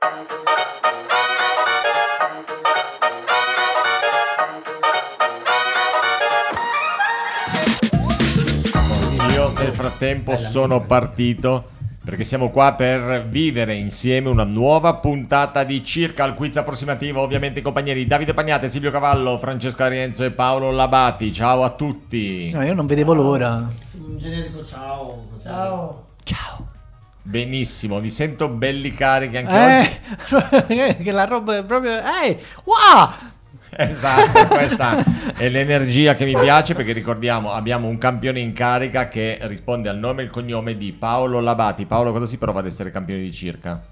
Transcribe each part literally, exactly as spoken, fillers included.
Io nel frattempo sono partito perché siamo qua per vivere insieme una nuova puntata di Circa, il quiz approssimativo, ovviamente in compagnia di Davide Pagnate, Silvio Cavallo, Francesco Arienzo e Paolo Labati. Ciao a tutti. No, io non vedevo l'ora. Un generico ciao. Ciao. Ciao. Benissimo, vi sento belli carichi anche eh, oggi. Che la roba è proprio... Ehi, wow! Esatto, questa è l'energia che mi piace, perché ricordiamo abbiamo un campione in carica che risponde al nome e il cognome di Paolo Labati. Paolo, cosa si prova ad essere campione di Circa?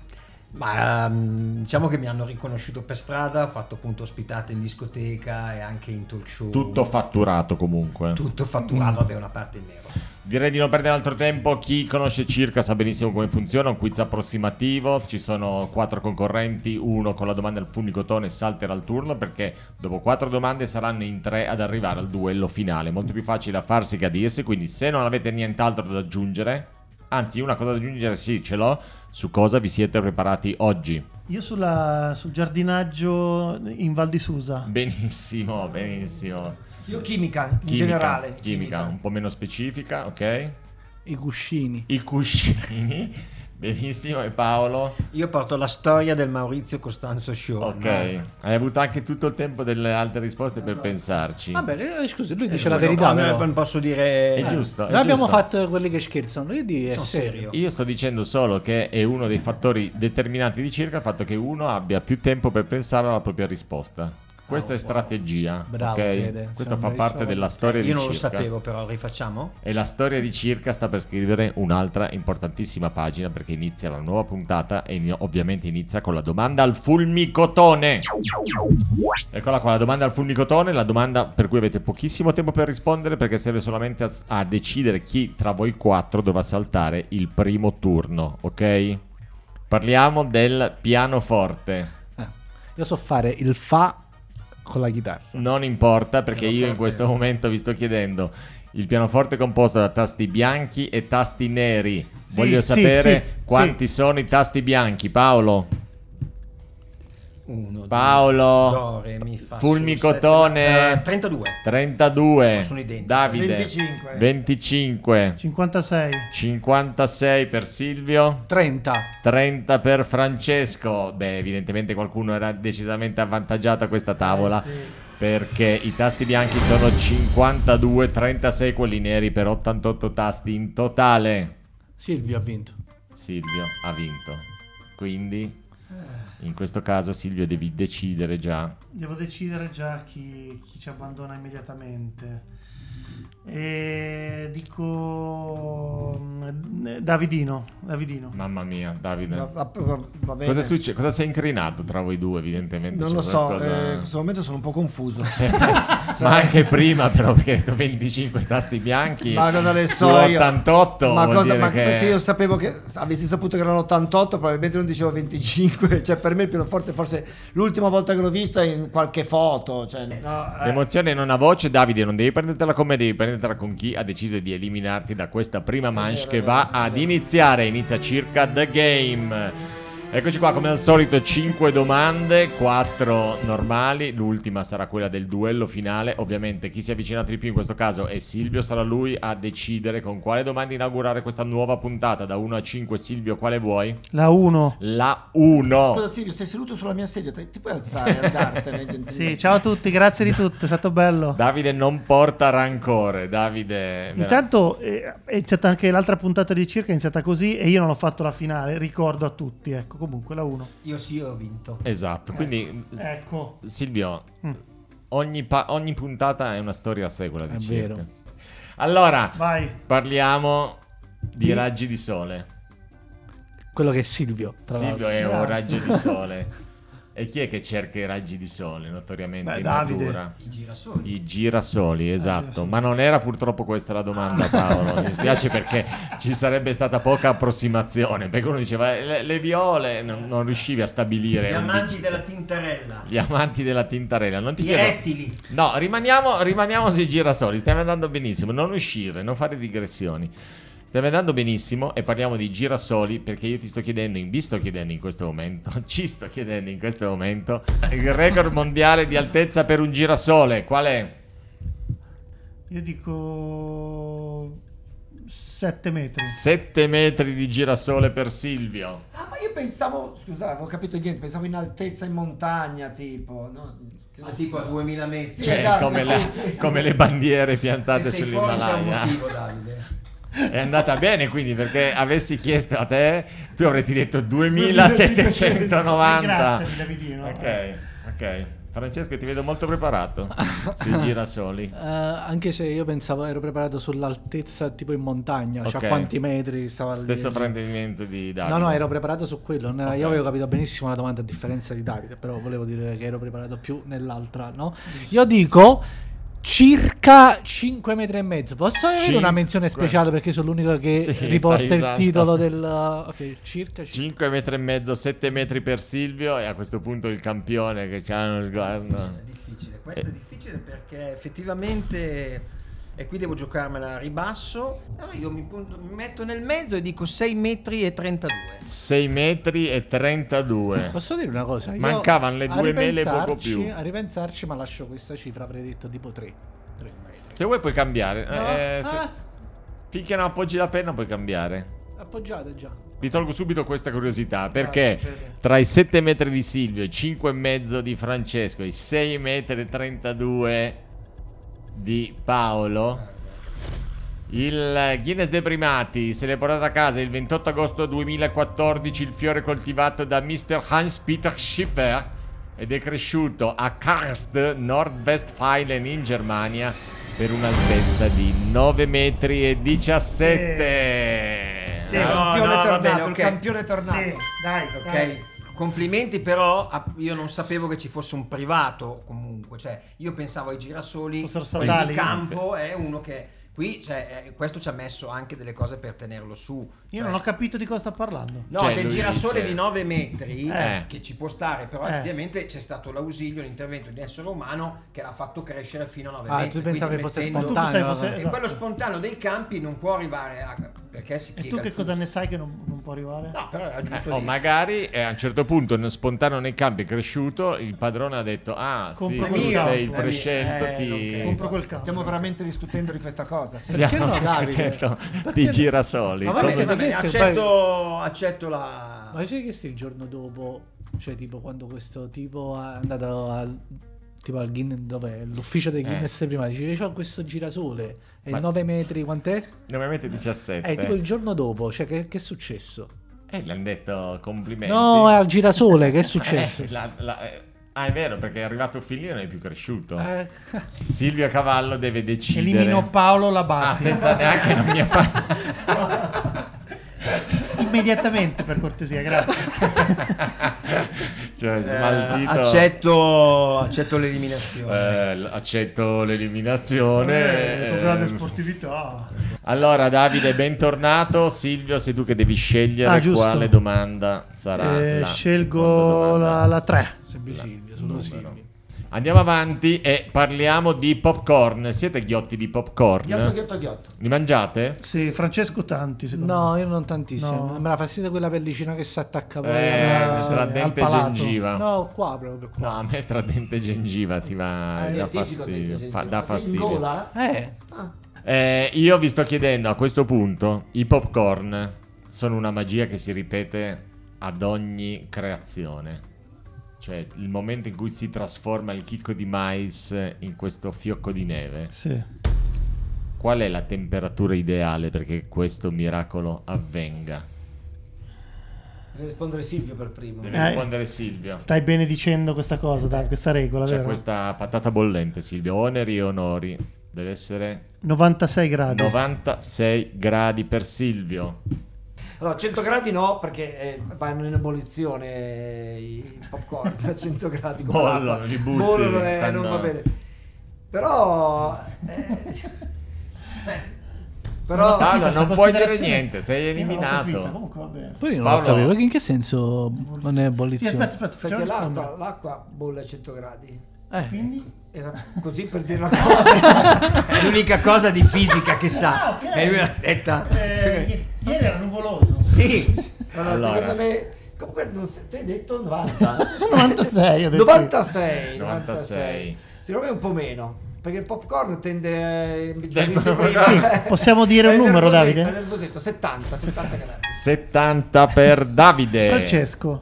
Ma um, diciamo che mi hanno riconosciuto per strada, ho fatto appunto ospitate in discoteca e anche in talk show. Tutto fatturato comunque. Tutto fatturato, vabbè, una parte in nero. Direi di non perdere altro tempo. Chi conosce Circa sa benissimo come funziona. Un quiz approssimativo. Ci sono quattro concorrenti. Uno con la domanda al funicotone salterà il turno, perché dopo quattro domande saranno in tre ad arrivare al duello finale. Molto più facile a farsi che a dirsi. Quindi se non avete nient'altro da aggiungere, anzi una cosa da aggiungere sì ce l'ho. Su cosa vi siete preparati oggi? Io sulla, sul giardinaggio in Val di Susa. Benissimo, benissimo. Io chimica, in Chimica, generale. Chimica, Chimica, un po' meno specifica, ok? I cuscini. I cuscini, benissimo. E Paolo? Io porto la storia del Maurizio Costanzo Show. Ok, Ma... hai avuto anche tutto il tempo delle altre risposte per pensarci. Vabbè, scusi, lui dice Eh, la no, verità. no, però. non posso dire... È giusto, è Noi abbiamo giusto. fatto quelli che scherzano. Io di è Sono serio. serio. Io sto dicendo solo che è uno dei fattori determinanti di Circa il fatto che uno abbia più tempo per pensare alla propria risposta. Questa è strategia, Bravo, ok? Fede. Questo Siamo fa parte bravissimo. della storia di Io non lo Circa. sapevo, però rifacciamo? E la storia di Circa sta per scrivere un'altra importantissima pagina, perché inizia la nuova puntata e in- ovviamente inizia con la domanda al fulmicotone. Eccola qua, la domanda al fulmicotone, la domanda per cui avete pochissimo tempo per rispondere, perché serve solamente a, a decidere chi tra voi quattro dovrà saltare il primo turno, ok? Parliamo del pianoforte. Eh, io so fare il fa con la chitarra. Non importa, perché io in questo momento vi sto chiedendo: il pianoforte è composto da tasti bianchi e tasti neri. Sì, Voglio sì, sapere sì, quanti sì. sono i tasti bianchi. Paolo? Uno, Paolo? due, do, re, mi, fa, Fulmicotone? sol, sette, eh, trentadue. trentadue. Sono identici. Davide? venticinque. venticinque. cinquantasei. cinquantasei per Silvio. trenta. trenta per Francesco. Beh, evidentemente qualcuno era decisamente avvantaggiato a questa tavola. Eh sì. Perché i tasti bianchi sono cinquantadue, trentasei quelli neri, per ottantotto tasti in totale. Silvio ha vinto. Silvio ha vinto. Quindi in questo caso Silvio devi decidere già. Devo decidere già chi, chi ci abbandona immediatamente. E dico mm, Davidino. Davidino. Mamma mia, Davide. Va, va- va- va bene. Cosa succede? Cosa sei incrinato tra voi due, evidentemente? Non c'è lo so, qualcosa- eh, in questo momento sono un po' confuso. Ma anche prima, però, perché hai detto venticinque tasti bianchi Ma cosa ne su so io? ottantotto. Ma vuol cosa? dire Ma che... se io sapevo che avessi saputo che erano ottantotto, probabilmente non dicevo venticinque. Cioè, per me il pianoforte, forse l'ultima volta che l'ho visto è in qualche foto. Cioè, no, eh. L'emozione non ha voce. Davide, non devi prendertela con me, devi prendertela con chi ha deciso di eliminarti da questa prima manche vero, che è va vero, è ad vero. iniziare. Inizia Circa The Game. Eccoci qua, come al solito cinque domande, quattro normali, l'ultima sarà quella del duello finale. Ovviamente chi si è avvicinato di più in questo caso è Silvio, sarà lui a decidere con quale domanda inaugurare questa nuova puntata. Da uno a cinque, Silvio, quale vuoi? La uno. La uno. Scusa Silvio, sei seduto sulla mia sedia, ti ti puoi alzare e andartene gentilmente? Sì, ciao a tutti, grazie di tutto, è stato bello. Davide non porta rancore. Davide Intanto eh, è iniziata anche l'altra puntata di Circa, è iniziata così e io non ho fatto la finale, ricordo a tutti, ecco, comunque la uno. Io sì, ho vinto. Esatto, quindi Ecco. Silvio, Mm. ogni, pa- ogni puntata è una storia a sé, quella di È Circa. vero. Allora, Vai. parliamo di Di- raggi di sole. Quello che è Silvio. Tra Silvio l'altro. è un Grazie. raggio di sole. E chi è che cerca i raggi di sole, notoriamente Beh, in Davide. natura? I girasoli. I girasoli, esatto. girasoli. Ma non era purtroppo questa la domanda, Paolo. Mi spiace, perché ci sarebbe stata poca approssimazione. Perché uno diceva le, le viole, non, non riuscivi a stabilire. Gli un di- amanti della tintarella. Gli amanti della tintarella. Non ti I chiedo... rettili. No, rimaniamo, rimaniamo sui girasoli. Stiamo andando benissimo. Non uscire, non fare digressioni. Stai andando benissimo e parliamo di girasoli perché io ti sto chiedendo, vi sto chiedendo in questo momento, ci sto chiedendo in questo momento il record mondiale di altezza per un girasole. Qual è? Io dico sette metri. sette metri di girasole per Silvio. Ah, ma io pensavo, scusate, avevo capito niente, pensavo in altezza in montagna, tipo, no? Ma tipo a duemila metri. Sì, Cioè, esatto, come, sì, la- sì, sì. come le bandiere Se piantate sei fuori c'è un sull'Himalaya. motivo, Davide. È andata bene quindi, perché avessi chiesto a te, tu avresti detto duemilasettecentonovanta. Grazie, Davidino. Ok, ok. Francesco, ti vedo molto preparato sui girasoli. Eh, anche se io pensavo, ero preparato sull'altezza tipo in montagna, Ok. cioè quanti metri stava lì. Stesso fraintendimento di Davide. No, no, ero preparato su quello. Non- Ok. Io avevo capito benissimo la domanda a differenza di Davide, però volevo dire che ero preparato più nell'altra, no? Io dico circa cinque metri e mezzo. Posso avere Cinque. una menzione speciale perché sono l'unico che Sì, riporta stai il usando. titolo del... Ok, circa cinque. cinque metri e mezzo, sette metri per Silvio e a questo punto il campione che c'ha uno sguardo. È difficile, questo è difficile perché effettivamente, e qui devo giocarmela a ribasso, no, io mi, punto- mi metto nel mezzo e dico sei metri e trentadue. sei metri e trentadue. Posso dire una cosa? Io, Mancavano le a due mele e poco ripensarci- più. A ripensarci, ma lascio questa cifra, avrei detto tipo tre. tre metri. Se vuoi puoi cambiare. No? Eh, se- Ah, Finché non appoggi la penna puoi cambiare. appoggiate già. Vi tolgo subito questa curiosità perché Grazie, Fede. tra i sette metri di Silvio, i cinque e mezzo di Francesco, i sei metri e trentadue di Paolo, il Guinness dei primati se l'è portato a casa il ventotto agosto duemilaquattordici il fiore coltivato da mister Hans-Peter Schiffer ed è cresciuto a Karst, Nordwestfalen in Germania per un'altezza di nove metri e diciassette. Sì, Il no, campione no, va tornato, bene, il ok. campione tornato. Sì, dai, Ok, dai. complimenti, però a- io non sapevo che ci fosse un privato comunque, cioè io pensavo ai girasoli, Fossero poi statali. il campo è uno che qui, cioè, eh, questo ci ha messo anche delle cose per tenerlo su. Io cioè- non ho capito di cosa sta parlando. No, Cioè, del lui girasole dice- di nove metri Eh. che ci può stare, però Eh. effettivamente c'è stato l'ausilio, l'intervento di essere umano che l'ha fatto crescere fino a nove Ah, metri. tu pensavi quindi fosse mettendo- Tu spontaneo. pensavi fosse- no? E esatto. quello spontaneo dei campi non può arrivare a... perché si E piega tu che il cosa fusto. ne sai che non, non può arrivare? No, però era giusto Oh, dire. magari eh, a un certo punto nel spontaneo nei campi è cresciuto, il padrone ha detto ah Compro sì, quel tu campo. sei il È mio. prescelto, Eh, ti... ok. Compro quel campo. Stiamo veramente discutendo di questa cosa. stiamo Perché no, Davide? discutendo Perché di no? girasoli. Ma Va Come bene, siete va bene, chiesti, accetto, accetto la... Ma sai che sì, il giorno dopo, cioè tipo quando questo tipo è andato al tipo al Guinness, dov'è? L'ufficio dei Guinness prima, dice io ho questo girasole e Ma- nove metri, quant'è? nove metri e diciassette. Eh, tipo il giorno dopo, cioè che, che è successo? Eh, gli hanno detto complimenti. No, è al girasole, che è successo? Eh, la- la- eh, ah, è vero, perché è arrivato un figlio e non è più cresciuto. Eh, Silvio Cavallo deve decidere. Elimino Paolo Ah, Labate. senza neanche non mi ha fatto. Immediatamente, per cortesia, grazie. Cioè, Eh, smaltito. accetto, accetto l'eliminazione. Eh, l- accetto l'eliminazione. Eh, con grande Eh, sportività. Allora, Davide, bentornato. Silvio, sei tu che devi scegliere Ah, giusto. quale domanda sarà. Eh, la seconda scelgo domanda. la, la tre. sempre Silvio, solo Numero. Silvio. Andiamo avanti e parliamo di popcorn. Siete ghiotti di popcorn? Ghiotto, ghiotto, ghiotto. Li mangiate? Sì, Francesco tanti, secondo No, me. io non tantissimo. No. Me la fastidio quella pellicina che si attacca poi. Eh, alla- sì, tra al dente e palato. gengiva. No. No, qua proprio qua. a me tra dente e gengiva si va, Eh, si sì, dà è tipico fastidio. dei- Fa- dei- dà in fastidio. gola? Eh, Ah. Eh, io vi sto chiedendo a questo punto, i popcorn sono una magia che si ripete ad ogni creazione. Cioè, il momento in cui si trasforma il chicco di mais in questo fiocco di neve. Sì. Qual è la temperatura ideale perché questo miracolo avvenga? Deve rispondere Silvio per primo. Deve Eh. rispondere Silvio. Stai benedicendo questa cosa, dai, questa regola, C'è vero? questa patata bollente, Silvio. Oneri e onori. Deve essere novantasei gradi. novantasei gradi per Silvio. Allora, cento gradi no, perché eh, vanno in ebollizione eh, i popcorn a cento gradi. con Bollano, l'acqua. li butti, Bollano, eh, stanno- non va bene. Però... eh, però... capito Paolo, questa non puoi dire considerazione. niente, sei Io non l'ho capita, eliminato. comunque va bene. poi io non Paolo- ho capito. In che senso non è Sì, ebollizione? aspetta, aspetta, Perché facciamo l'acqua, rispondere. l'acqua bolle a cento gradi. Eh. Quindi? Era così per dire una cosa. È l'unica cosa di fisica che sa. Ah, ok. E lui l'ha detta. Eh, i- ieri era nuvoloso. Sì. Allora, Allora. secondo me, comunque non si- ti hai detto novanta. novantasei. ho detto. novantasei, novantasei. novantasei. Secondo me un po' meno. Perché il popcorn tende a Tempo- Sì, possiamo dire un È numero, nervosetto, Davide? è nervosetto, settanta, settanta gradi. settanta per Davide. Francesco.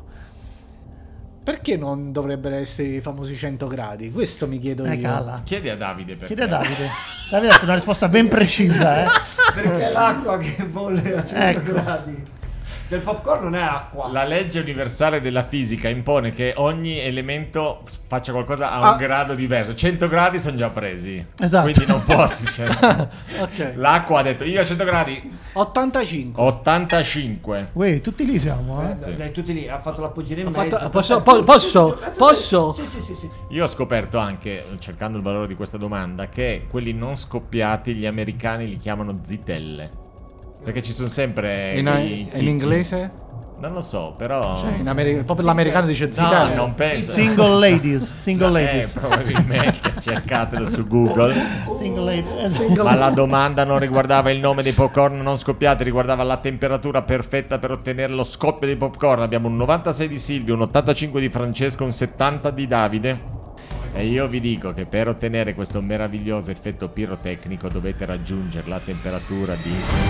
Perché non dovrebbero essere i famosi cento gradi? Questo mi chiedo Eh, io. calla. Chiedi a Davide perché. Chiedi a Davide. Davide ha dato una risposta ben precisa, eh. Perché è l'acqua che bolle a cento Ecco. gradi. Cioè il popcorn non è acqua. La legge universale della fisica impone che ogni elemento faccia qualcosa a un Ah. grado diverso. cento gradi sono già presi. Esatto. Quindi non può succedere. Ok. L'acqua ha detto io a cento gradi ottantacinque. ottantacinque. Uè, tutti lì siamo, eh. Eh, Sì. dai, tutti lì, ha fatto l'appoggino in Ho mezzo. fatto- posso- Perfetto. po- posso? Adesso- Posso? Sì, sì, sì, sì. Io ho scoperto anche, cercando il valore di questa domanda, che quelli non scoppiati gli americani li chiamano zitelle. Perché ci sono sempre In, quei in chicchi. inglese? Non lo so, però In Ameri- proprio l'americano dice no, zitelle. non penso. Single ladies, single No, eh, ladies. probabilmente cercatelo su Google. Single ladies. Single- Ma la domanda non riguardava il nome dei popcorn non scoppiati, riguardava la temperatura perfetta per ottenere lo scoppio dei popcorn. Abbiamo un novantasei di Silvio, un ottantacinque di Francesco, un settanta di Davide. E io vi dico che per ottenere questo meraviglioso effetto pirotecnico dovete raggiungere la temperatura di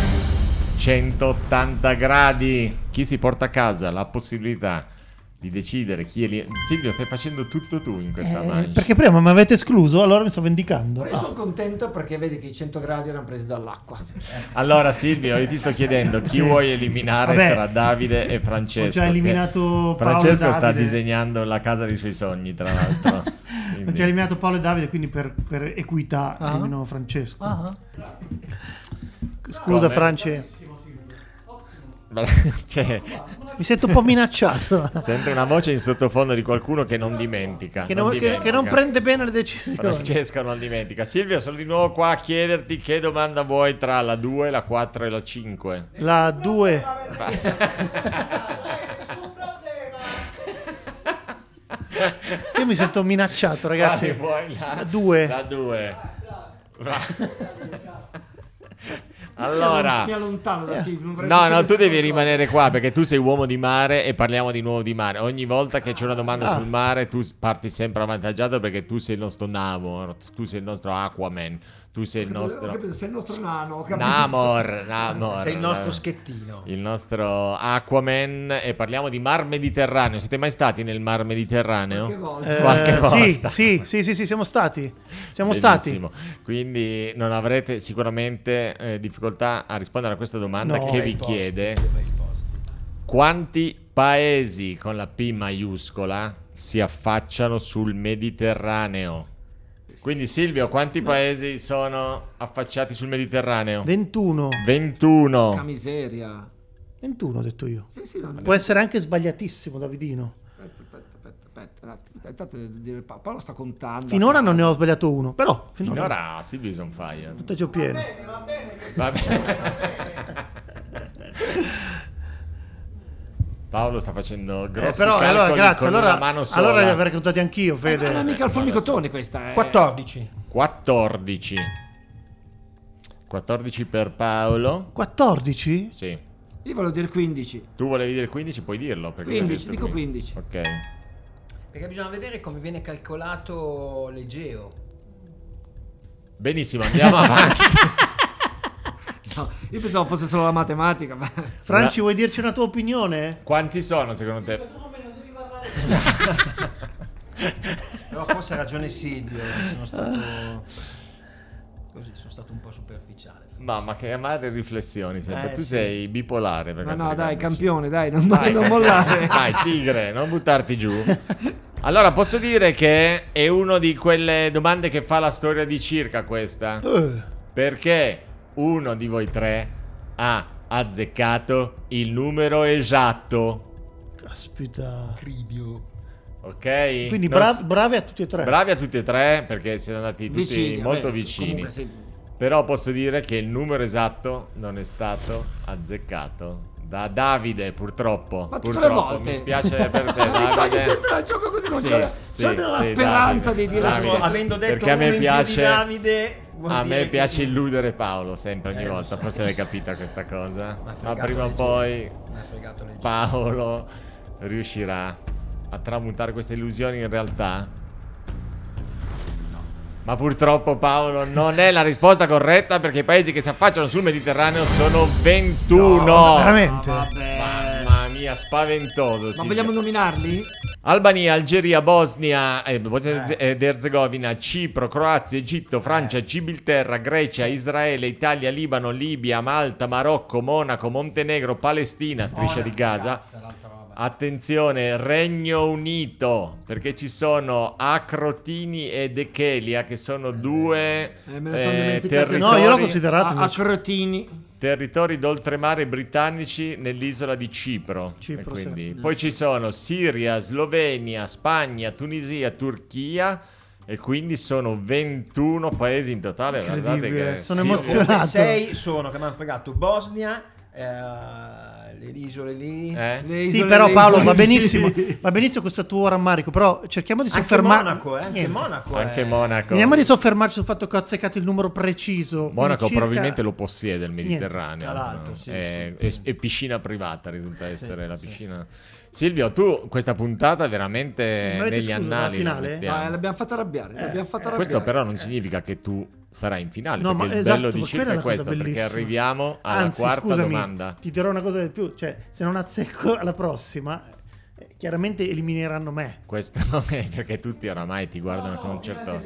centottanta gradi. Chi si porta a casa la possibilità di decidere chi è lì. Silvio, stai facendo tutto tu in questa Eh, manche. perché prima mi avete escluso, allora mi sto vendicando. Io sono contento perché vedi che i cento gradi erano presi dall'acqua. Allora Silvio, io ti sto chiedendo chi Sì. vuoi eliminare Vabbè, tra Davide e Francesco. ho già eliminato che Paolo Francesco e sta Davide. disegnando la casa dei suoi sogni, tra l'altro. Ho Quindi- già eliminato Paolo e Davide, quindi per, per equità Ah. elimino Francesco. Ah. Scusa, Come? France. Cioè, Mi sento un po' minacciato. sente una voce in sottofondo di qualcuno che non dimentica. che, non, che- dimentica. che non prende bene le decisioni. Francesco non dimentica. Silvio, sono di nuovo qua a chiederti che domanda vuoi tra la due, la quattro e la cinque. La due. Io mi sento minacciato, ragazzi. Quale vuoi? La La due. La due. Allora, Mi allontano da Silvio. non vorrei no, no, succedesse tu devi qualcosa. rimanere qua perché tu sei uomo di mare e parliamo di nuovo di mare. Ogni volta che c'è una domanda Ah. sul mare, tu parti sempre avvantaggiato perché tu sei il nostro Namor, tu sei il nostro Aquaman, tu sei il Ho nostro capito, sei il nostro nano. ho capito. Namor, Namor. Sei il nostro schettino. Il nostro Aquaman e parliamo di Mar Mediterraneo. Siete mai stati nel Mar Mediterraneo? Qualche volta. Eh, Qualche sì, volta. sì, sì, sì, sì, siamo stati. Siamo Benissimo. Quindi non avrete sicuramente eh, difficoltà a rispondere a questa domanda No. che Bei vi posti, chiede bei posti. quanti paesi con la P maiuscola si affacciano sul Mediterraneo. Quindi Silvio, quanti paesi sono affacciati sul Mediterraneo? stati. ventuno. ventuno. Porca miseria. ventuno ho detto io. Sì, sì, no, Può essere anche sbagliatissimo, Davidino. Aspetta, aspetta, aspetta, aspetta, un attimo. Intanto devo dire, Pa- Paolo sta contando. Finora non ne ho sbagliato uno, però finora, Finora Silvio is on fire. punteggio pieno. Va bene. Paolo sta facendo Eh, grossi però calcoli allora grazie, con allora, una mano sola. allora li avrei contati anch'io, Eh, Fede. ma non è mica il fulmicotone questa. eh. quattordici. quattordici. quattordici per Paolo. quattordici? Sì. Io volevo dire quindici. Tu volevi dire quindici, puoi dirlo. perché quindici, hai detto dico quindici. Ok. Perché bisogna vedere come viene calcolato l'Egeo. Benissimo, andiamo avanti. No, io pensavo fosse solo la matematica. Ma... Franci, vuoi dirci una tua opinione? Quanti sono secondo te? Però forse ha ragione Silvio. Sono stato così, sono stato un po' superficiale. No, ma che amare riflessioni sempre. Eh, tu sì. sei bipolare. per No, quanto no, dai, riguarda- campione, dai, non, Dai, non mollare. Dai, tigre, non buttarti giù. Allora, posso dire che è una di quelle domande che fa la storia di circa questa. Eh, Perché uno di voi tre ha azzeccato il numero esatto. caspita. Cribio. Ok? Quindi Non bra- s- bravi a tutti e tre. bravi a tutti e tre perché siamo andati tutti Vicini, molto vabbè, vicini. comunque sì. Però posso dire che il numero esatto non è stato azzeccato Da Davide, purtroppo. Ma tutte purtroppo. le volte. Mi spiace per te, Ma mi togli Davide. sempre dal gioco così, non Sì, c'è, sì, c'è la sì, speranza Davide. di dire Davide. Avendo detto Perché a me uno in più di piace- Davide, vuol A dire me che- piace illudere Paolo sempre, ogni Eh, lo volta. so. Forse l'hai capita questa cosa. M'ha Ma fregato prima o leggero. poi Mi ha fregato leggero. Paolo riuscirà a tramutare queste illusioni in realtà? Ma purtroppo Paolo non è la risposta corretta, perché i paesi che si affacciano sul Mediterraneo sono ventuno. Veramente? Mamma mia, spaventoso. Ma Silvio. vogliamo nominarli? Albania, Algeria, Bosnia, eh, Bosnia ed Erzegovina, Cipro, Croazia, Egitto, Francia, Gibilterra, Grecia, Israele, Italia, Libano, Libia, Malta, Marocco, Monaco, Montenegro, Palestina, Striscia di Gaza. Attenzione, Regno Unito, perché ci sono Acrotini ed Echelia, che sono due Eh, me ne sono eh, dimenticati. territori, No, io l'ho considerato A, a invece. Crotini. territori d'oltremare britannici nell'isola di Cipro. Cipro, E quindi- sì. Poi ci sono Siria, Slovenia, Spagna, Tunisia, Turchia, e quindi sono ventuno paesi in totale. Guardate Incredibile, che sono sì, emozionato. Sei sono che mi hanno fregato Bosnia, eh, le isole lì. Eh? Le Sì, isole- però le Paolo isole- va benissimo, va benissimo questo tuo rammarico, però cerchiamo di Anche soffermarci. Monaco, eh, anche Monaco. Anche eh. Monaco. Veniamo di soffermarci sul fatto che ho azzeccato il numero preciso. quindi Monaco circa- probabilmente lo possiede il Mediterraneo. Tra l'altro, no? sì, è, sì, è- sì. è piscina privata, risulta essere la piscina. Silvio, tu questa puntata veramente Mi avete negli escluso dalla annali la finale? mettiamo. Ah, l'abbiamo fatta arrabbiare. l'abbiamo fatta arrabbiare. Questo però non significa che tu sarai in finale, No, perché ma il esatto, bello di ma Circa quella è è la cosa questo, perché bellissima. arriviamo alla Anzi, quarta scusami, domanda. ti dirò una cosa di più, cioè se non azzecco alla prossima, eh, chiaramente elimineranno me. Questo è perché tutti oramai ti guardano con un certo...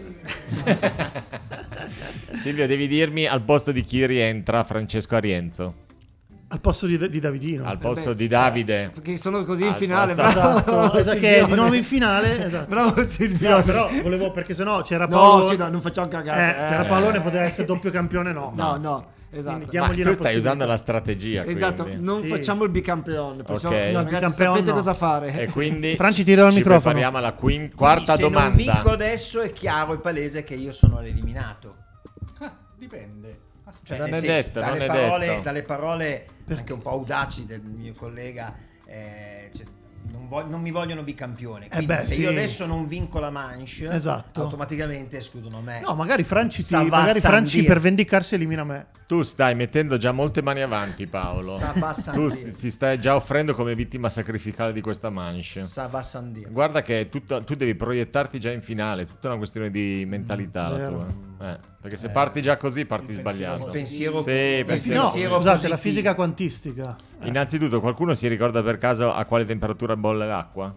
Silvio, devi dirmi al posto di chi rientra Francesco Arienzo, Al posto di, di Davidino. al posto beh, di Davide. Perché sono così in Al finale. posto- Esatto, bravo esatto, che è Silvione. di nuovo in finale. Esatto. Bravo Silvio. No, però volevo, perché sennò c'era No, Paolo. sì, no, non facciamo cagate. eh, se era eh. Paolone poteva essere doppio campione, no. No, no, Quindi esatto. diamogli Ma una tu stai possibilità. usando la strategia, Esatto, quindi. non Sì. facciamo il bicampeone. Perciò, Ok. no, No, il ragazzi, bicampeone sapete no. cosa fare. E quindi Franci, tira il ci microfono. prepariamo alla quin- Quindi quarta se domanda. non vinco adesso è chiaro e palese che io sono l'eliminato. Ah, dipende. Aspetta. Cioè, Non nel è senso, detto, dalle non è parole, detto. dalle parole anche un po' audaci del mio collega, eh, cioè, non, vog- non mi vogliono bicampione. Quindi beh, se sì. io adesso non vinco la manche, Esatto. automaticamente escludono me. No, magari Franci, ti, Ça va magari sans Franci dire. per vendicarsi elimina me. Tu stai mettendo già molte mani avanti, Paolo. Ça va sans Tu dire. st- ti stai già offrendo come vittima sacrificale di questa manche. Ça va sans dire. Guarda che è tutto- tu devi proiettarti già in finale, è tutta una questione di mentalità la vero. tua. Eh, perché se parti già così parti il pensiero sbagliato. Il pensiero, Sì, il pensiero- No, pensiero scusate, positivo. la fisica quantistica. Innanzitutto, qualcuno si ricorda per caso a quale temperatura bolle l'acqua?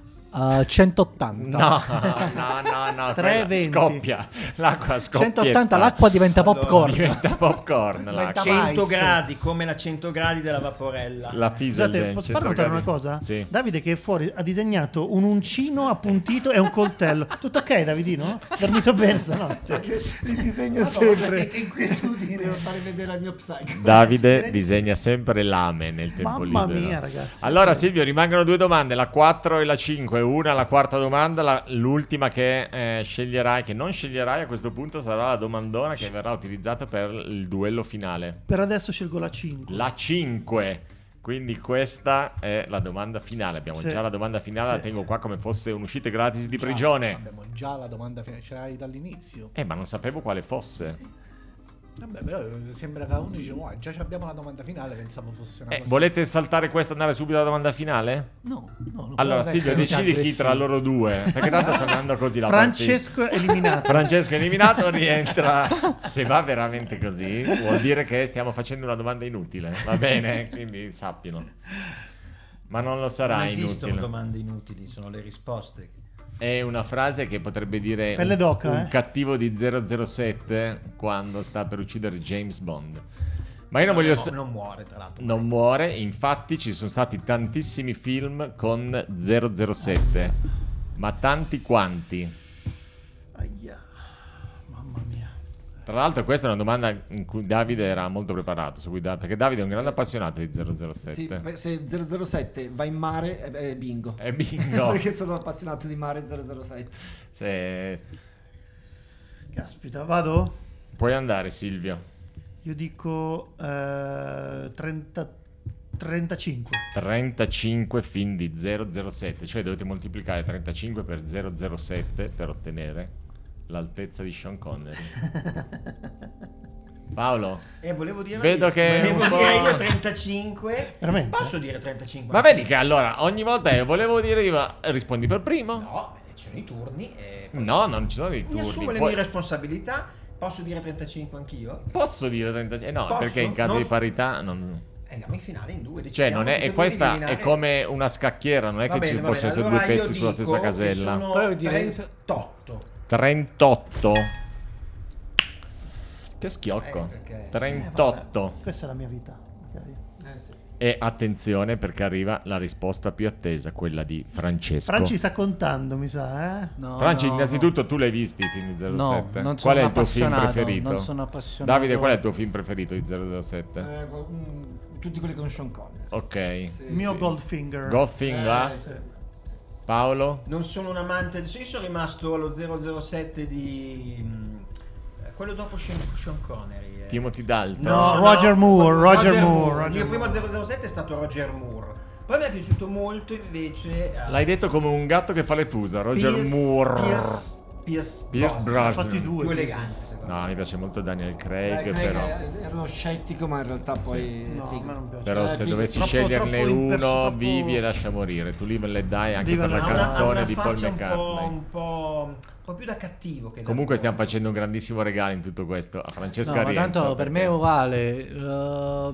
Uh, centottanta. No, no, no, no. quella trecentoventi. Scoppia. L'acqua scoppia. centottanta, l'acqua diventa popcorn. Diventa popcorn. Diventa l'acqua. cento mais. gradi, come la cento gradi della vaporella. La fisa Scusate, posso far notare una cosa? Sì. Davide che è fuori ha disegnato un uncino appuntito e un coltello. Tutto ok, Davidino? Dormito bene? No? Li disegno sempre. Che inquietudine. Devo fare vedere al mio psycho. Davide disegna sempre lame nel tempo Mamma libero. mia, ragazzi. Allora, Silvio, rimangono due domande, la quattro e la cinque. Una, la quarta domanda, la- l'ultima che eh, sceglierai, che non sceglierai a questo punto, sarà la domandona che verrà utilizzata per il duello finale. Per adesso scelgo la cinque. La cinque. Quindi questa è la domanda finale. Abbiamo Sì. già la domanda finale, Sì. la tengo qua come fosse un'uscita gratis di Già, prigione. Abbiamo già la domanda finale, ce l'hai dall'inizio. Eh, ma non sapevo quale fosse. Vabbè, però sembra che uno dice, "Oh, già abbiamo la domanda finale", pensavo fosse una Eh, cosa. volete saltare questa e andare subito alla domanda finale? No, no, no. Allora, però Silvio, adesso decidi siamo chi tra loro due. Perché tanto sta andando così la Francesco eliminato. partita. Francesco eliminato, rientra. Se va veramente così, vuol dire che stiamo facendo una domanda inutile. Va bene? Quindi sappilo. Ma non lo sarà Non esistono inutile. domande inutili, sono le risposte. È una frase che potrebbe dire Pelle un, d'oca, un eh. cattivo di zero zero sette quando sta per uccidere James Bond. Ma io non voglio... No, sa- non muore, tra l'altro. Non muore, infatti ci sono stati tantissimi film con zero zero sette. Ma tanti quanti? Aia. Mamma mia. Tra l'altro questa è una domanda in cui Davide era molto preparato, su cui Da- perché Davide è un grande appassionato di zero zero Sì, sette. beh, se zero zero sette va in mare è, è bingo. È bingo. Perché sono appassionato di mare zero zero sette. Se... Caspita, vado? Puoi andare, Silvio. Io dico eh, trenta trentacinque. trentacinque film di zero zero sette, cioè dovete moltiplicare trentacinque per zero zero sette per ottenere l'altezza di Sean Connery. Paolo, Eh, volevo dire vedo io. che volevo un po'- dire io trentacinque. Veramente? Posso dire trentacinque? ma vedi che allora ogni volta io volevo dire io, ma rispondi per primo? No, beh, ci sono i turni. E No, non ci sono i mi turni. assumo le Puoi- mie responsabilità. Posso dire trentacinque anch'io? Posso dire trentacinque? Eh no, Posso? perché in caso Non- di parità non... Eh, Andiamo in finale in due. Cioè, non è, decidiamo e di questa è eliminare- come una scacchiera, non è Va che bene, ci va possono bene. essere Allora due io pezzi sulla dico stessa che casella. sono Però io direi- trentotto. trentotto. Che schiocco. Eh, perché- trentotto. Questa è la mia vita. Ok. Eh, sì. E attenzione perché arriva la risposta più attesa, quella di Francesco. Franci sta contando, mi sa, eh? No, Franci, no, innanzitutto tu l'hai visti i film di zero zero No, sette? non sono Qual è il tuo film appassionato, preferito? non sono appassionato. Davide, qual è il tuo film preferito di zero zero sette? Eh, mm, tutti quelli con Sean Connery. Ok. Il mio Goldfinger. Goldfinger. Eh, sì. Paolo? Non sono un amante. Io sono rimasto allo zero zero sette di. mm, quello dopo Sean, Sean Connery. eh. Timothy Dalton. No, Roger Moore, Roger Moore, Il Roger mio primo Moore. zero zero sette è stato Roger Moore. Poi mi è piaciuto molto invece. eh, L'hai detto come un gatto che fa le fusa, Roger Pierce- Moore. Pierce, Pierce, Pierce Brosnan. Brosnan. Infatti due. Più sì, sì. elegante, secondo No, me. mi piace molto Daniel Craig, Eh, Craig, però... eh, ero scettico, ma in realtà poi. No, a figo. me non piace. Però Eh, se figo. dovessi Troppo- sceglierne troppo uno, imperso- troppo- vivi e lascia morire. Tu live and let die anche Live per and la let Ha una- ha canzone una di Paul faccia un po', McCartney. un po', un po' più da cattivo che da Comunque stiamo buono. facendo un grandissimo regalo in tutto questo a Francesca No, ma Rienzo. tanto per me è perché- uguale. uh,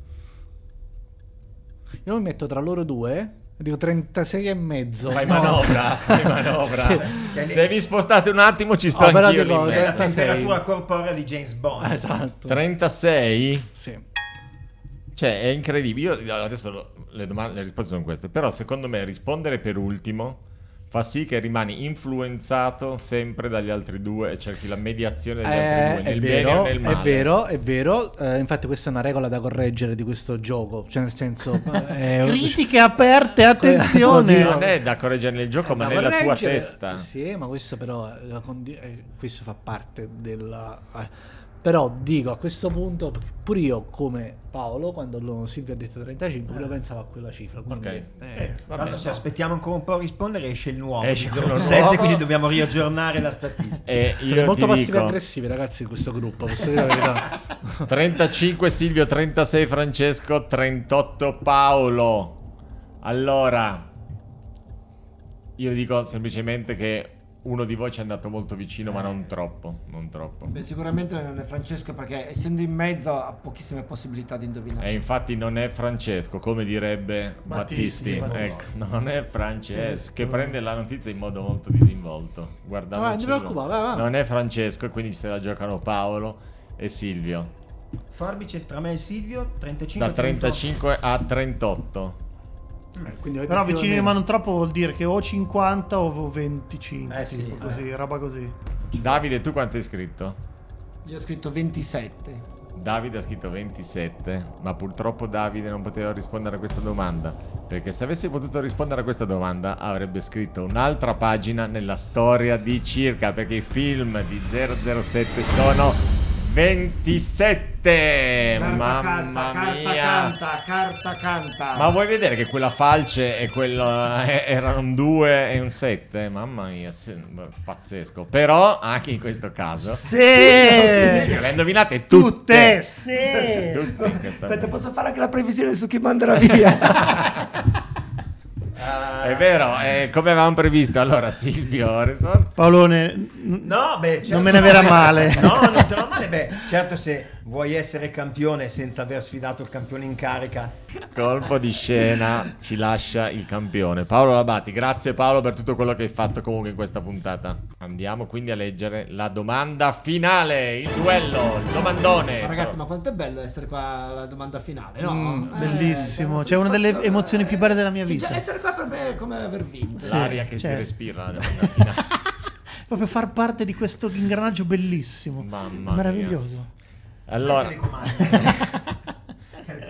Io mi metto tra loro due. Dico trentasei e mezzo. Fai No. manovra, fai manovra. Sì. Se vi spostate un attimo ci sto Oh, però anch'io dico, lì in È la mezzo. trentasei. temperatura corporea di James Bond. Esatto. trentasei? Sì. Cioè è incredibile. Io adesso lo- le, domande, le risposte sono queste. Però secondo me rispondere per ultimo fa sì che rimani influenzato sempre dagli altri due e cerchi la mediazione degli Eh, altri due, è nel bene vero, o nel male. è vero, è vero. Eh, infatti questa è una regola da correggere di questo gioco. Cioè nel senso... eh, Critiche aperte, Devo attenzione. dire- Non è da correggere nel gioco, ma da nella tua correggere. testa. Sì, ma questo però è la condi- eh, questo fa parte della eh. Però dico a questo punto pure io come Paolo quando lo- Silvio ha detto trentacinque io pensavo a quella cifra, quindi Ok. eh, Va Tanto bene. se aspettiamo ancora un po' a rispondere esce il nuovo Esce di quello zero sette, nuovo. quindi dobbiamo riaggiornare la statistica. E siete io molto ti passivi dico aggressivi ragazzi in questo gruppo, posso dire la verità. trentacinque Silvio, trentasei Francesco, trentotto Paolo. Allora, io dico semplicemente che uno di voi ci è andato molto vicino, ma non troppo, non troppo. Beh, sicuramente non è Francesco perché essendo in mezzo ha pochissime possibilità di indovinare. E infatti non è Francesco, come direbbe Battisti. Battisti, Ecco, non è Francesco, che prende la notizia in modo molto disinvolto. Guardando Vai, il non ti cellulare. preoccupare, vai, vai. Non è Francesco, e quindi se la giocano Paolo e Silvio. Forbice tra me e Silvio trentacinque Da trentacinque a trentotto. Eh, quindi Però più o vicini meno. ma non troppo vuol dire che o cinquanta o venticinque, Eh sì, tipo eh. così, roba così. Davide, tu quanto hai scritto? Io ho scritto ventisette. Davide ha scritto ventisette, ma purtroppo Davide non poteva rispondere a questa domanda, perché se avesse potuto rispondere a questa domanda avrebbe scritto un'altra pagina nella storia di Circa, perché i film di zero zero sette sono ventisette. Mamma carta mia. canta, carta canta. Ma vuoi vedere che quella falce e quello eh, erano un due e un sette? Mamma mia, sì, pazzesco. Però anche in questo caso Sì! le hai indovinate tutte. Tutte! Sì! Tutte in questa- Aspetta, posso fare anche la previsione su chi manderà via? È vero, è come avevamo previsto. Allora Silvio risponde. Paolone, n- No, beh, certo, non me ne verrà no, male. No, non te lo male. Beh, certo, se vuoi essere campione senza aver sfidato il campione in carica. Colpo di scena, ci lascia il campione Paolo Labati. Grazie Paolo per tutto quello che hai fatto comunque in questa puntata. Andiamo quindi a leggere la domanda finale, il duello, il domandone. Ma ragazzi, ma quanto è bello essere qua alla domanda finale, no? Mm, Eh, bellissimo. una C'è una delle soddisfazione. emozioni più belle della mia Cioè, vita. già essere qua per me è come aver vinto. L'aria che si cioè- respira alla domanda finale. Proprio far parte di questo ingranaggio bellissimo. Mamma mia. Meraviglioso. Allora, Telecomando.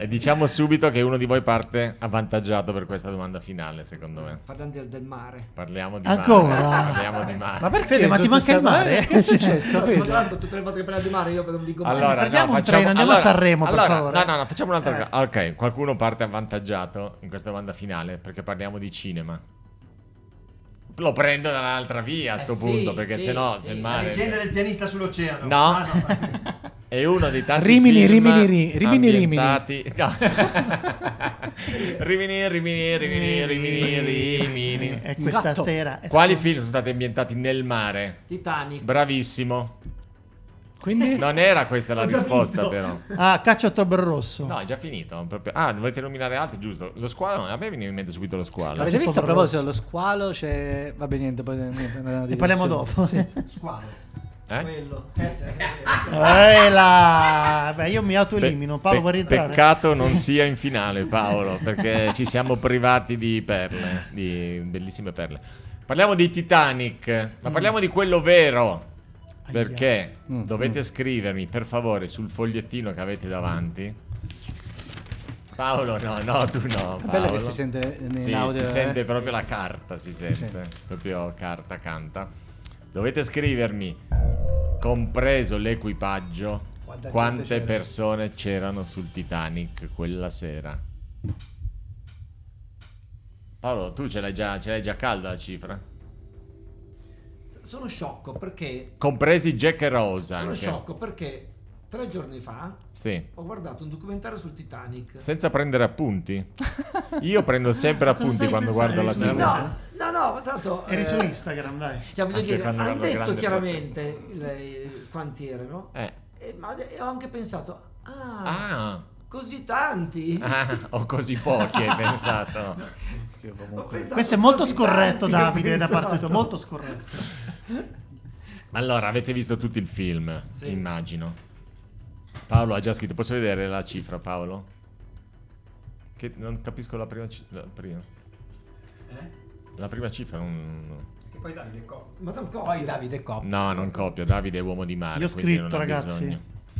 E diciamo subito che uno di voi parte avvantaggiato per questa domanda finale, secondo me. Parliamo del, del mare. Parliamo di Ancora? mare. Parliamo di mare. Ma perché? Fede, ma ti manca il mare? Che è successo? Tra Fede? l'altro, tutte le volte che parliamo di mare io non dico mai. Allora, prendiamo no, un facciamo, treno, andiamo allora, a Sanremo, per allora, favore. No, no, no, facciamo un'altra Eh. cosa. Ok, qualcuno parte avvantaggiato in questa domanda finale perché parliamo di cinema. Lo prendo dall'altra via a sto Eh, punto, sì, perché sì, sennò sì. se il La mare leggenda del pianista sull'oceano. No. Ah, no. è uno dei tanti Rimini, film Rimini, Ri- Rimini, Rimini. ambientati- no. Rimini, Rimini, Rimini, Rimini, Rimini. E questa Gatto. sera è Quali scu- film sono stati ambientati nel mare? Titanic. Bravissimo. Quindi? Non era questa la Ho già risposta, vinto. però. Ah, Caccia Ottobre Rosso. No, è già finito. proprio- Ah, volete nominare altri, giusto? Lo squalo? A me viene in mente subito lo squalo. Avete visto a Ottobre proposito Rosso. dello squalo? C'è. Vabbè, niente, poi niente, una Ne parliamo digressione. dopo. Squalo. Eh? Quello. Eh, cioè, Eh là. Beh, io mi autoelimino. Pe- Paolo, pe- vuoi rientrare? Peccato non sia in finale, Paolo, perché ci siamo privati di perle, di bellissime perle. Parliamo di Titanic, ma parliamo di quello vero. Perché Mm, dovete scrivermi, per favore, sul fogliettino che avete davanti. Paolo, no, no, tu no. È bello che Paolo. si sente in Sì, audio, si eh. sente proprio la carta, si sente. Sì. Proprio carta canta. Dovete scrivermi, compreso l'equipaggio, Quanta gente quante c'era? persone c'erano sul Titanic quella sera. Paolo, tu ce l'hai già, ce l'hai già calda la cifra? sono sciocco perché. Compresi Jack e Rose Sono anche. sciocco perché tre giorni fa Sì. ho guardato un documentario sul Titanic. Senza prendere appunti. Io prendo sempre Ma cosa appunti stai quando pensando? guardo la Eri su- tivù. No, no, no, ma tanto. Eri eh, su Instagram, dai. Cioè, voglio Anche dire, quando hai ero detto grande chiaramente il- quanti erano, Eh. e, ma e ho anche pensato, ah, Ah. così tanti. Ah, o così pochi hai pensato. Ho pensato Questo è molto così scorretto, tanti, ho Davide, da parte tua. pensato. Molto scorretto. Allora, avete visto tutto il film, Sì. immagino. Paolo ha già scritto. Posso vedere la cifra, Paolo? Che non capisco la prima cifra. La prima, Eh? la prima cifra non... E poi Davide Coppi. Ma non copia. Poi Davide Coppi. No, non copio. Davide è uomo di mare. Io ho quindi scritto, non ha ragazzi. bisogno.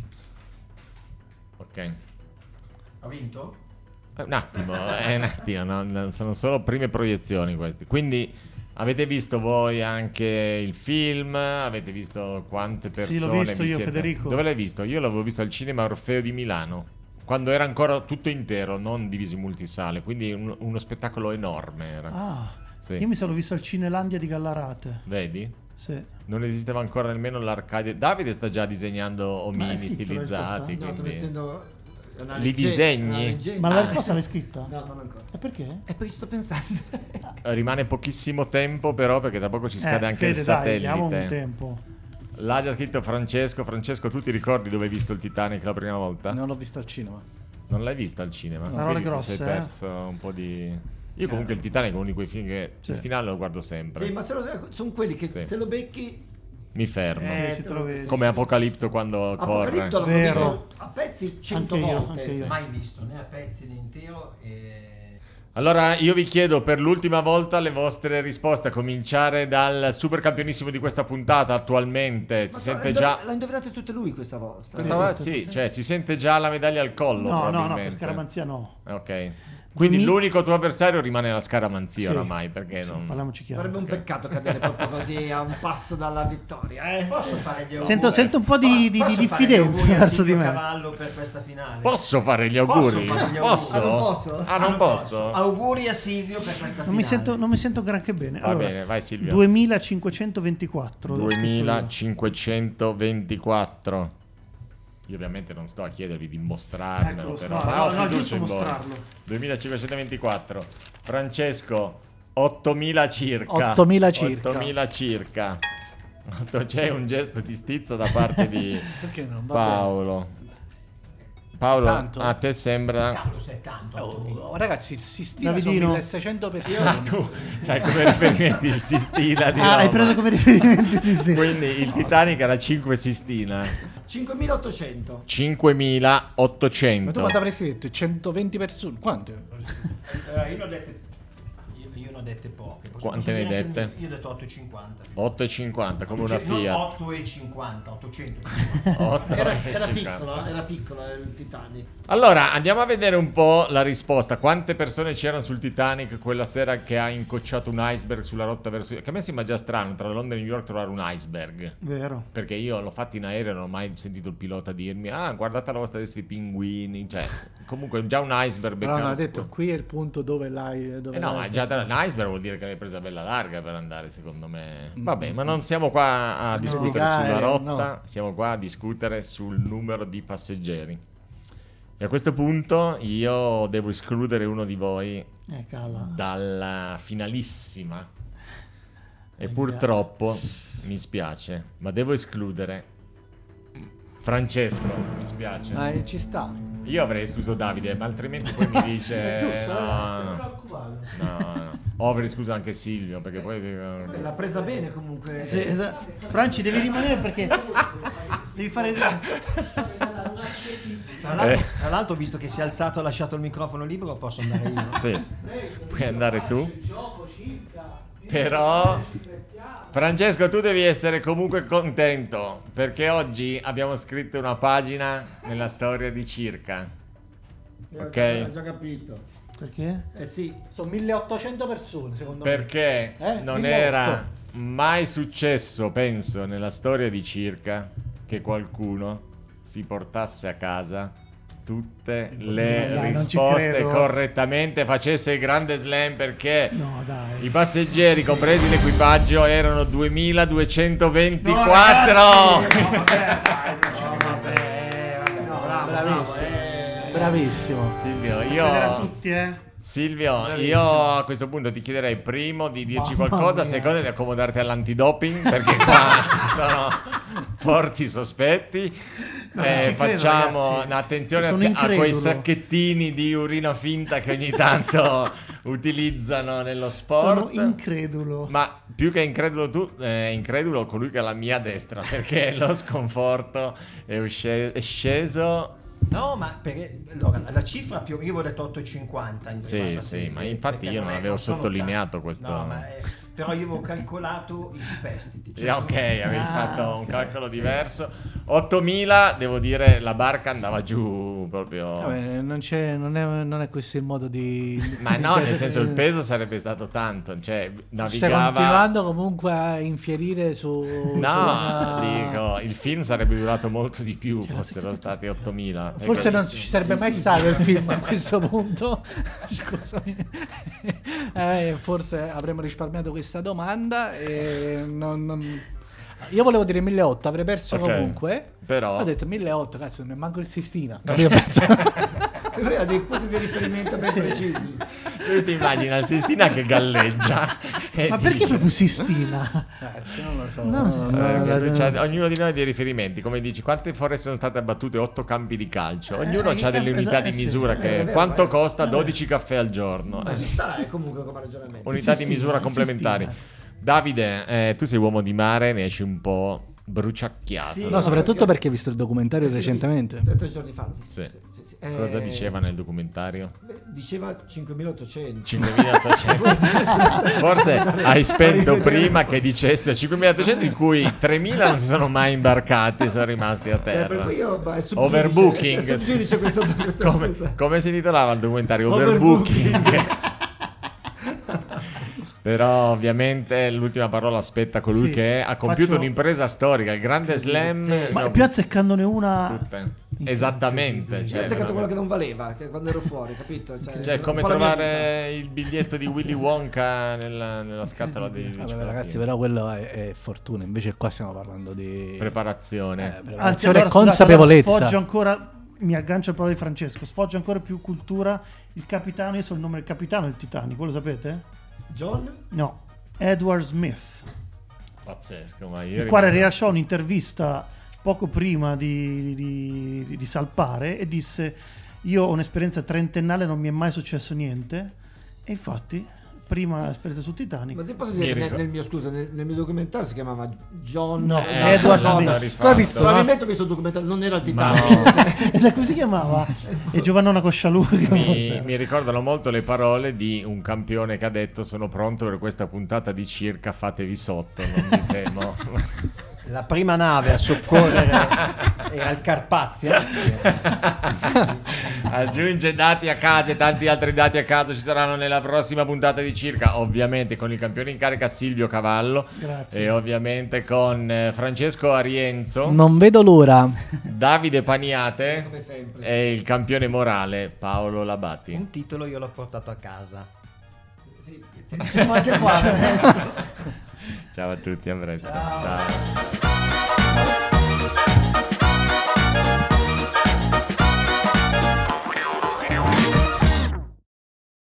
Ok. Ha vinto? Eh, Un attimo, eh, un attimo, no, no, sono solo prime proiezioni queste. Quindi avete visto voi anche il film? Avete visto quante persone? Sì, l'ho visto vi io, siete- Federico. Dove l'hai visto? Io l'avevo visto al cinema Orfeo di Milano, quando era ancora tutto intero, non diviso in multisale, quindi un- uno spettacolo enorme era. Ah, Sì. io mi sono visto al Cinelandia di Gallarate. Vedi? Sì. Non esisteva ancora nemmeno l'arcade. Davide sta già disegnando omini hai scritto la stilizzati, risposta? No, sto quindi... mettendo una Li leggenda, disegni? una leggenda. Ma la risposta l'hai scritta? No, non ancora. E perché? E poi sto pensando. Rimane pochissimo tempo però, perché tra poco ci scade Eh, anche Fede, il dai, satellite. diamo un tempo. L'ha già scritto Francesco. Francesco, tu ti ricordi dove hai visto il Titanic la prima volta? Non l'ho visto al cinema. Non l'hai visto al cinema? Parole Quindi ti grosse, sei eh? perso un po' di... Io comunque il Titanic è uno di quei film che Sì. il finale lo guardo sempre. Sì, ma se lo, sono quelli che Sì. se lo becchi. Mi fermo. Eh, Eh, sì, te lo vedi. Come Apocalipto quando Apocalipto corre. l'avevo Vero. visto a pezzi cento Anche io, volte. anche io. Mai visto, né a pezzi né intero. E... Allora io vi chiedo per l'ultima volta le vostre risposte, a cominciare dal super campionissimo di questa puntata attualmente. Si Ma sente l'ha già... indov- L'ha indovinate tutte lui questa volta. Questa volta sì, cioè si sente già la medaglia al collo No, no, no, probabilmente. per scaramanzia no. Ok. Quindi Mi- l'unico tuo avversario rimane la scaramanzia Sì. oramai, perché Sì, non... parliamoci chiaro. Sarebbe un peccato cadere proprio così a un passo dalla vittoria. Eh? Posso fare gli auguri? Sento, sento un po' di, di- Posso di fare gli diffidenza auguri a verso Silvio di me. Cavallo per questa finale? Posso fare gli auguri? Posso fare gli auguri? Posso? Ah, non posso? Ah, non posso? Auguri a Silvio per questa finale. Non mi, sento, non mi sento granché bene. Va Allora, bene, vai Silvio. duemilacinquecentoventiquattro. l'ho scritto io. duemilacinquecentoventiquattro. Io ovviamente non sto a chiedervi di mostrarmelo, Eccolo, però no, ma no, ho no, fiducia giusto in voi. mostrarlo. duemilacinquecentoventiquattro. Francesco, ottomila circa. ottomila circa. ottomila circa. C'è un gesto di stizza da parte di Perché non va Paolo. Paolo, Tanto? a te sembra... Cavolo, sei tanto. bene. Oh, ragazzi, si stima Davidino. sono milleseicento persone. Ah, tu c'hai come riferimenti il Sistina di Ah, hai Roma. preso come riferimenti, sì, sì. Quindi il Titanic era cinque Sistina. cinquemilaottocento. cinquemilaottocento. Ma tu quanto avresti detto? centoventi persone? Quante? Eh, io ne ho dette, io, io ne ho dette poche. posso- Quante posso ne hai dire che dette? Io ho detto otto e cinquanta. otto e cinquanta, come una Cioè, non Fiat. otto e cinquanta, ottocento. otto Era, e era cinquanta. piccolo, era piccolo il Titanic. Allora, andiamo a vedere un po' la risposta. Quante persone c'erano sul Titanic quella sera che ha incocciato un iceberg sulla rotta verso... Che a me sembra già strano tra Londra e New York trovare un iceberg. Vero. Perché io l'ho fatto in aereo e non ho mai sentito il pilota dirmi ah, guardate la vostra destra i pinguini. Cioè, comunque già un iceberg Però non beccavo ha detto sicuro. qui è il punto dove l'hai... Dove Eh no, l'hai- ma già da- un iceberg vuol dire che l'hai presa bella larga per andare, secondo me. Vabbè, ma non siamo qua a discutere Giudicare, sulla rotta, no. siamo qua a discutere sul numero di passeggeri. E a questo punto io devo escludere uno di voi Eh, cala. dalla finalissima. E Ahia. purtroppo mi spiace, ma devo escludere Francesco, mi spiace. Ma eh, ci sta. Io avrei escluso Davide, ma altrimenti poi mi dice È giusto, no, eh, sei no. preoccupato. No, no. O avrei escluso anche Silvio, perché poi eh, L'ha presa bene comunque. Sì, esatto. Franci, devi rimanere perché devi fare... Tra l'altro, Eh. tra l'altro, visto che si è alzato e ha lasciato il microfono libero, posso andare io. sì, puoi andare tu. Però Francesco, tu devi essere comunque contento, perché oggi abbiamo scritto una pagina nella storia di Circa. Ho Ok. già, ho già capito. Perché? Eh sì. Sono milleottocento persone, secondo Perché Eh, non milleottocento. era mai successo, penso, nella storia di Circa che qualcuno si portasse a casa tutte le Dai, non ci risposte credo. correttamente, facesse il grande slam, perché No, dai. i passeggeri, compresi l'equipaggio, erano duemiladuecentoventiquattro. No, vabbè, vabbè, no, bravo, me. bravo, Bravissimo. eh. Bravissimo. Silvio, C'erano io tutti, eh? Silvio, Bravissimo. io a questo punto ti chiederei primo di dirci Mamma qualcosa, mia. secondo di accomodarti all'antidoping, perché qua ci sono forti sospetti. No, non Eh, ci credo, facciamo ragazzi. attenzione Sono a, a quei incredulo. sacchettini di urina finta che ogni tanto utilizzano nello Sono sport. incredulo. Ma più che incredulo tu, è incredulo colui che è alla mia destra, perché lo sconforto è, usce- è sceso. No, ma perché allora, la cifra più io avevo detto otto e cinquanta in Sì, privata sì, sede, ma infatti perché io non è- avevo sono sottolineato tanti. questo. No, ma è- però io avevo calcolato i superstiti. Sì, ok, avevi Ah, fatto un ok, calcolo sì. diverso. ottomila, devo dire, la barca andava giù proprio. Vabbè, non, c'è, non, è, non è questo il modo di... Ma no, nel senso il peso sarebbe stato tanto, cioè Stai navigava. continuando comunque a infierire su... su No, una- dico, il film sarebbe durato molto di più, fossero stati ottomila. Hai Forse non capito? ci sarebbe mai stato il film a questo punto. Scusami. Eh, forse avremmo risparmiato questa domanda. E non, non- Io volevo dire milleottocento, avrei perso Ok, comunque. però- Ho detto milleottocento, cazzo, non è manco il Sistina. Io penso... Lui ha dei punti di riferimento ben precisi. Lui si immagina il Sistina che galleggia. e Ma perché dice- proprio Sistina? Cazzo, non lo so. No, non si No, sa. no, Eh, no, lui no. c'ha- ognuno di noi ha dei riferimenti, come dici, quante foreste sono state abbattute? Otto campi di calcio. Ognuno Eh, ha delle eh, unità esatto, di eh, sì. misura Eh, che è vero, quanto eh. costa? dodici caffè al giorno. Ma Eh, ci sta eh, comunque come ragionamento. unità di Sistina, misura complementari. Sistina. Davide, eh, tu sei uomo di mare, ne esci un po' bruciacchiato. Sì. No, soprattutto perché hai visto il documentario Sì, recentemente. Due o tre giorni fa l'ho visto. Sì. sì, sì, sì. Eh, Cosa diceva nel documentario? beh, diceva cinquemilaottocento. cinquemilaottocento. Forse hai spento prima che dicesse cinquemilaottocento, in cui tremila non si sono mai imbarcati e sono rimasti a Eh, per terra. cui io, beh, è subgiudice, Overbooking. è subgiudice questo, questo, Come, questo. come si intitolava il documentario? Overbooking. Overbooking. Però ovviamente l'ultima parola aspetta colui Sì, che ha compiuto faccio- un'impresa storica, il grande slam. Ma no, più azzeccandone una... tutte. Esattamente. Io Cioè, ho azzeccato quello veramente. che non valeva, che quando ero fuori, capito? Cioè, Cioè, un come po' la mia trovare il biglietto di Willy Wonka nella, nella scatola dei Vabbè, cioccolatini. ragazzi, però quello è, è fortuna. Invece qua stiamo parlando di... Preparazione. Eh, Anzi, preparazione allora, e scusate, consapevolezza. allora sfoggio ancora, mi aggancio al parola di Francesco, sfoggio ancora più cultura. Il capitano, io so il nome del capitano del Titanic, voi lo sapete? vita. John? No, Edward Smith. Pazzesco, ma Il ieri. quale rilasciò un'intervista poco prima di, di- di- di salpare e disse: io ho un'esperienza trentennale, non mi è mai successo niente. E infatti prima esperienza su Titanic. Ma ti posso Mi dire che nel, ricordo. nel mio scusa, nel, nel mio documentario si chiamava John No, Eh, Edward l'hanno Smith. rifatto. Tu hai visto? Probabilmente ho visto il documentario, non era il Ma Titanic. no. Sai come si chiamava? E Giovannona Coscialurga. Mi, forse. mi ricordano molto le parole di un campione che ha detto: sono pronto per questa puntata di Circa, fatevi sotto, non mi temo. La prima nave a soccorrere era il Carpazia. Aggiunge dati a caso e tanti altri dati a caso ci saranno nella prossima puntata di Circa, ovviamente con il campione in carica Silvio Cavallo. Grazie. E ovviamente con eh, Francesco Arienzo, Non vedo l'ora. Davide Paniate Come sempre. e il campione morale Paolo Labatti. Un titolo io l'ho portato a casa. Sì, ti diciamo anche qua. Ciao a tutti, a presto. Ciao.